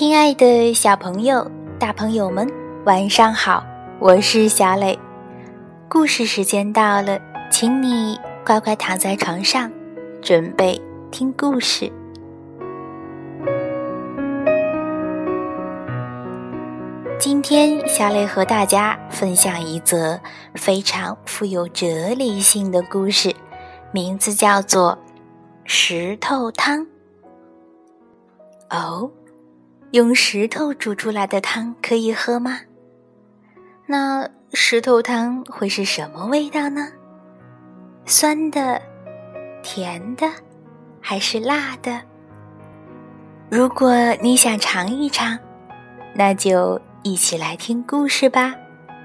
亲爱的小朋友、大朋友们，晚上好，我是小磊。故事时间到了，请你乖乖躺在床上，准备听故事。今天小磊和大家分享一则非常富有哲理性的故事，名字叫做石头汤。哦，用石头煮出来的汤可以喝吗？那石头汤会是什么味道呢？酸的、甜的，还是辣的？如果你想尝一尝，那就一起来听故事吧。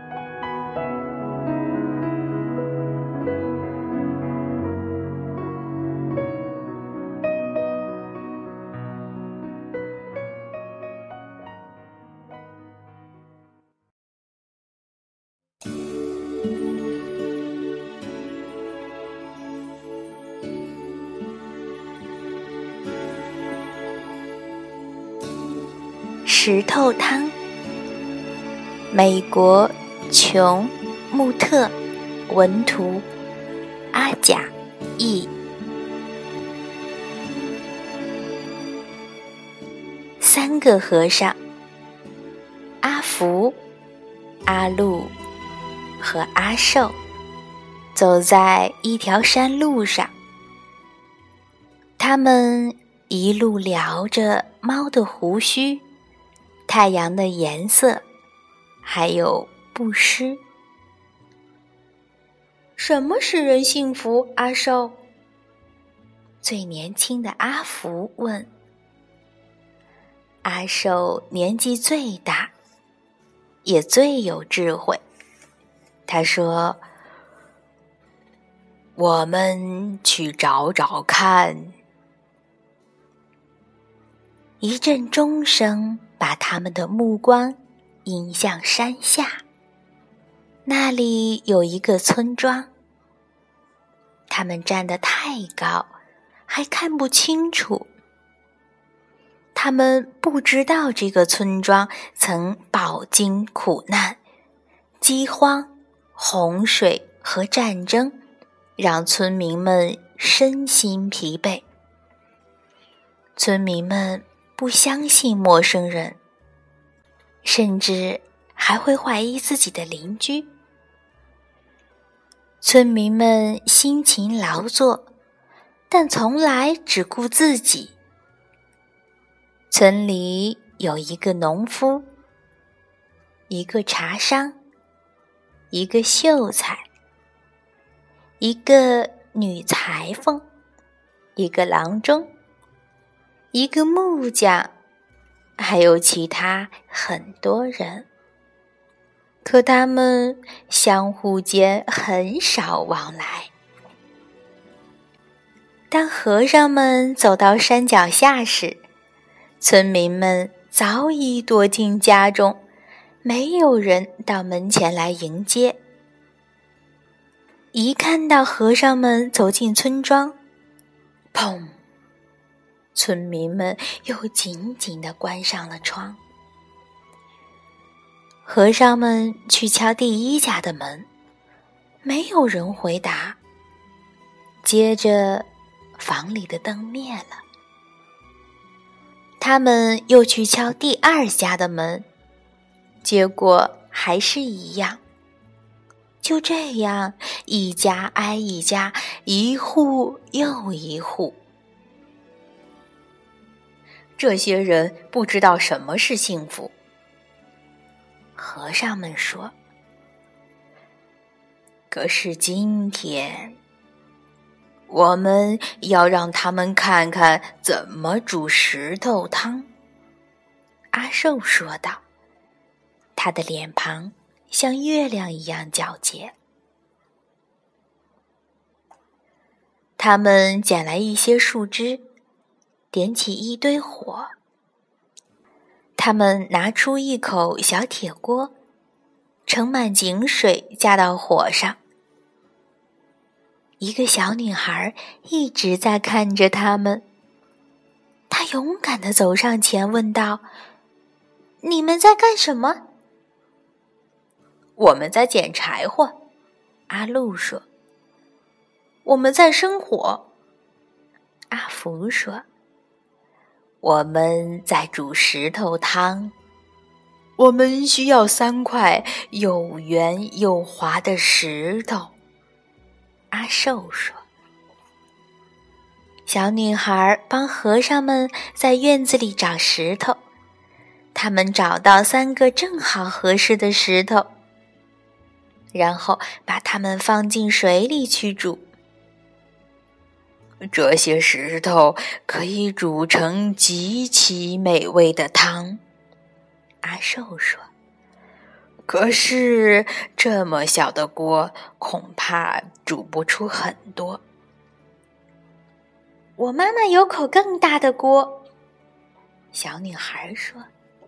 石头汤，美国琼·穆特文图，阿甲译。三个和尚，阿福、阿禄和阿寿，走在一条山路上。他们一路聊着猫的胡须、太阳的颜色，还有布施。什么使人幸福，阿寿？最年轻的阿福问。阿寿年纪最大，也最有智慧。他说：我们去找找看。一阵钟声把他们的目光引向山下，那里有一个村庄。他们站得太高，还看不清楚。他们不知道这个村庄曾饱经苦难，饥荒、洪水和战争让村民们身心疲惫。村民们不相信陌生人，甚至还会怀疑自己的邻居。村民们辛勤劳作，但从来只顾自己。村里有一个农夫，一个茶商，一个秀才，一个女裁缝，一个郎中，一个木匠，还有其他很多人。可他们相互间很少往来。当和尚们走到山脚下时，村民们早已躲进家中，没有人到门前来迎接。一看到和尚们走进村庄，砰！村民们又紧紧地关上了窗。和尚们去敲第一家的门，没有人回答。接着，房里的灯灭了。他们又去敲第二家的门，结果还是一样。就这样，一家挨一家，一户又一户。这些人不知道什么是幸福。和尚们说。可是今天，我们要让他们看看怎么煮石头汤。阿寿说道，他的脸庞像月亮一样皎洁。他们捡来一些树枝，点起一堆火。他们拿出一口小铁锅，盛满井水加到火上。一个小女孩一直在看着他们。她勇敢地走上前问道： 你们在干什么？ 我们在捡柴火，阿鹿说。我们在生火， 阿福说。我们在煮石头汤， 我们需要3块又圆又滑的石头， 阿寿说。小女孩帮和尚们在院子里找石头，他们找到3个正好合适的石头，然后把它们放进水里去煮。 这些石头可以煮成极其美味的汤， 阿寿说。 可是这么小的锅恐怕煮不出很多。 我妈妈有口更大的锅，小女孩说。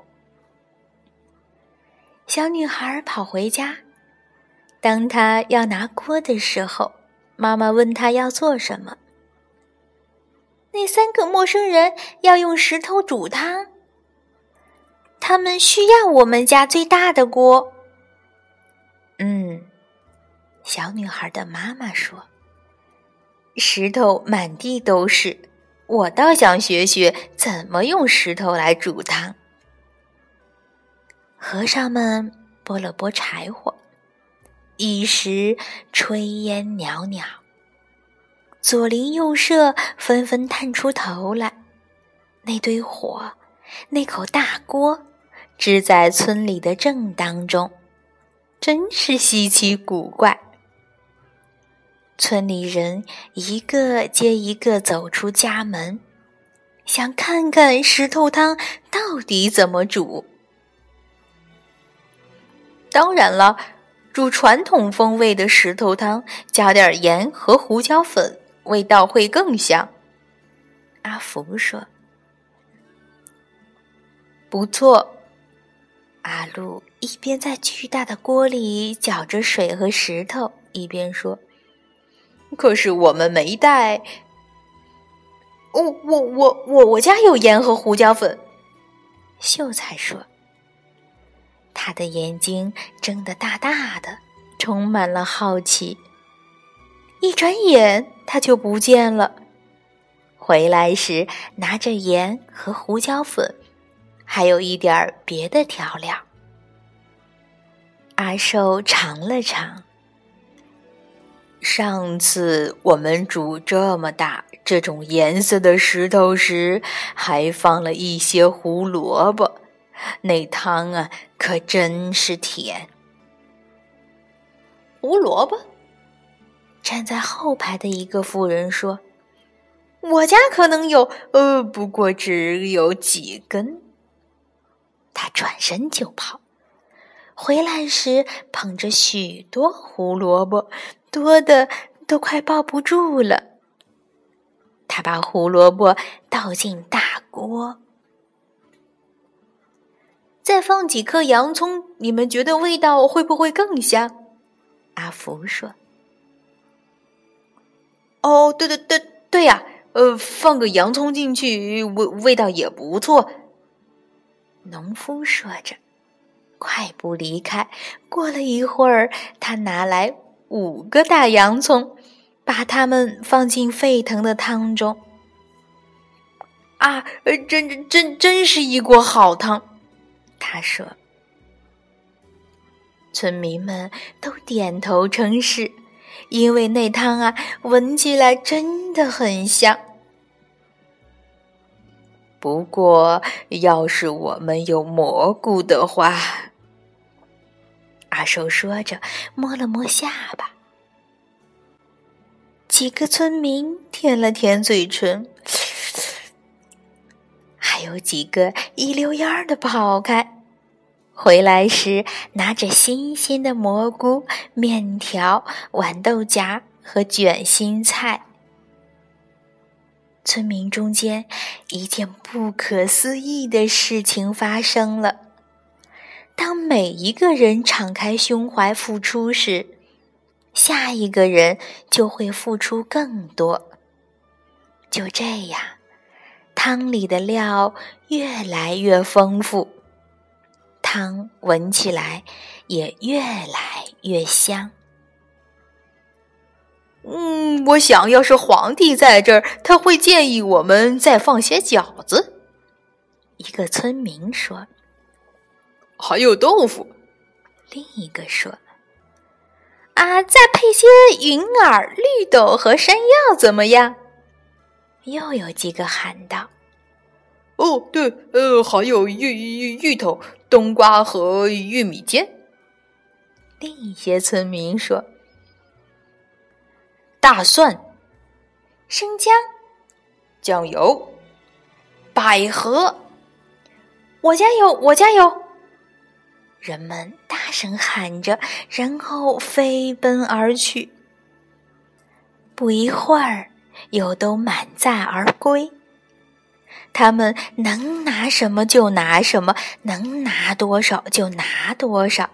小女孩跑回家，当她要拿锅的时候，妈妈问她要做什么。那3个陌生人要用石头煮汤，他们需要我们家最大的锅。小女孩的妈妈说。石头满地都是，我倒想学学怎么用石头来煮汤。和尚们拨了拨柴火，一时炊烟袅袅，左邻右舍纷纷探出头来。那堆火，那口大锅，支在村里的正当中，真是稀奇古怪。村里人一个接一个走出家门，想看看石头汤到底怎么煮。 当然了，煮传统风味的石头汤，加点盐和胡椒粉，味道会更香， 阿福说。 不错， 阿鹿一边在巨大的锅里搅着水和石头，一边说。 可是我们没带。我家有盐和胡椒粉， 秀才说。他的眼睛睁得大大的，充满了好奇。一转眼他就不见了，回来时拿着盐和胡椒粉，还有一点别的调料。阿寿尝了尝。 上次我们煮这么大这种颜色的石头时，还放了一些胡萝卜，那汤啊可真是甜。 胡萝卜？站在后排的一个妇人说。我家可能有， 不过只有几根。 他转身就跑，回来时捧着许多胡萝卜，多的都快抱不住了。他把胡萝卜倒进大锅， 再放几颗洋葱，你们觉得味道会不会更香？ 阿福说。 哦，对呀，放个洋葱进去，味道也不错。 农夫说着，快步离开。过了一会儿，他拿来5个大洋葱，把它们放进沸腾的汤中。 啊，真是一锅好汤， 他说。村民们都点头称是，因为那汤啊，闻起来真的很香。 不过，要是我们有蘑菇的话， 阿寿说着，摸了摸下巴。几个村民舔了舔嘴唇，还有几个一溜烟地跑开。回来时拿着新鲜的蘑菇、面条、豌豆荚和卷心菜。村民中间，一件不可思议的事情发生了。当每一个人敞开胸怀付出时，下一个人就会付出更多。就这样，汤里的料越来越丰富， 汤闻起来也越来越香。 我想要是皇帝在这儿，他会建议我们再放些饺子。 一个村民说。 还有豆腐。 另一个说。再配些云耳、绿豆和山药怎么样？又有几个喊道。 对，还有芋头、冬瓜和玉米尖。 另一些村民说。 大蒜、 生姜、 酱油、百合， 我家有，我家有！人们大声喊着，然后飞奔而去。不一会儿，又都满载而归。他们能拿什么就拿什么，能拿多少就拿多少。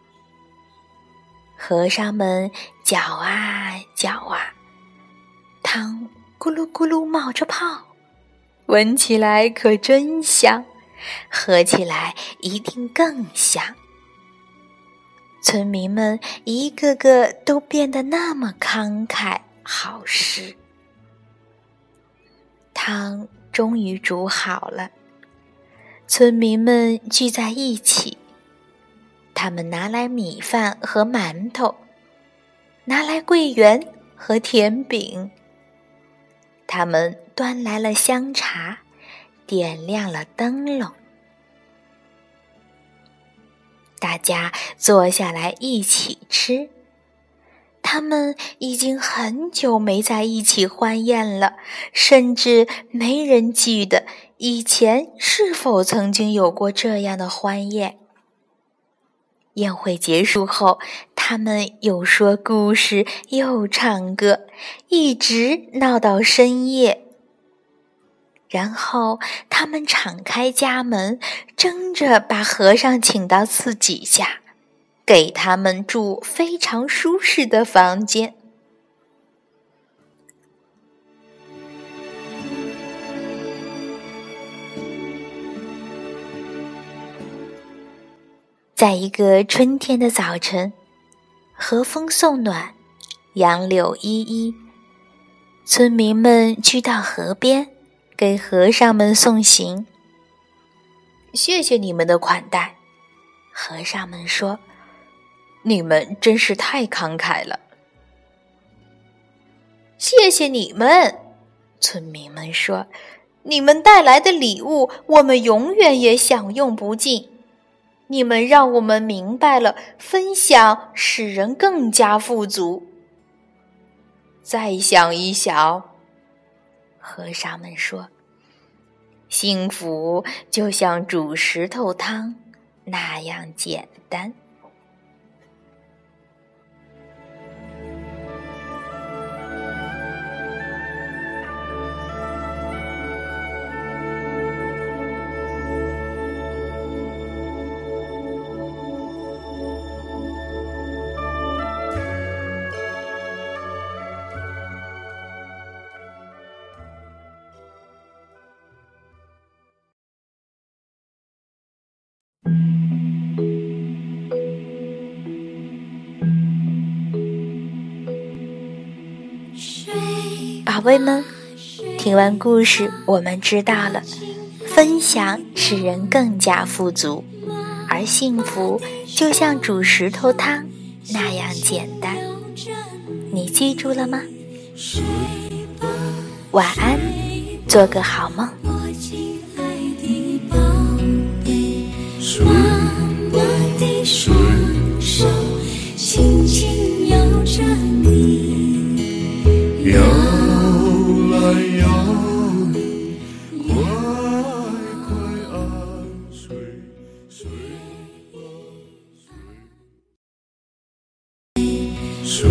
和尚们搅啊搅啊，汤咕噜咕噜冒着泡，闻起来可真香，喝起来一定更香。村民们一个个都变得那么慷慨好施。汤终于煮好了，村民们聚在一起。他们拿来米饭和馒头，拿来桂圆和甜饼。他们端来了香茶，点亮了灯笼。大家坐下来一起吃。他们已经很久没在一起欢宴了，甚至没人记得以前是否曾经有过这样的欢宴。宴会结束后，他们又说故事，又唱歌，一直闹到深夜。然后他们敞开家门，争着把和尚请到自己家，给他们住非常舒适的房间。在一个春天的早晨，和风送暖，杨柳依依，村民们去到河边，给和尚们送行。谢谢你们的款待，和尚们说， 你们真是太慷慨了。 谢谢你们，村民们说，你们带来的礼物，我们永远也享用不尽。你们让我们明白了，分享使人更加富足。 再想一想， 和尚们说，幸福就像煮石头汤那样简单。宝贝们，听完故事，我们知道了，分享使人更加富足，而幸福就像煮石头汤那样简单。你记住了吗？晚安，做个好梦。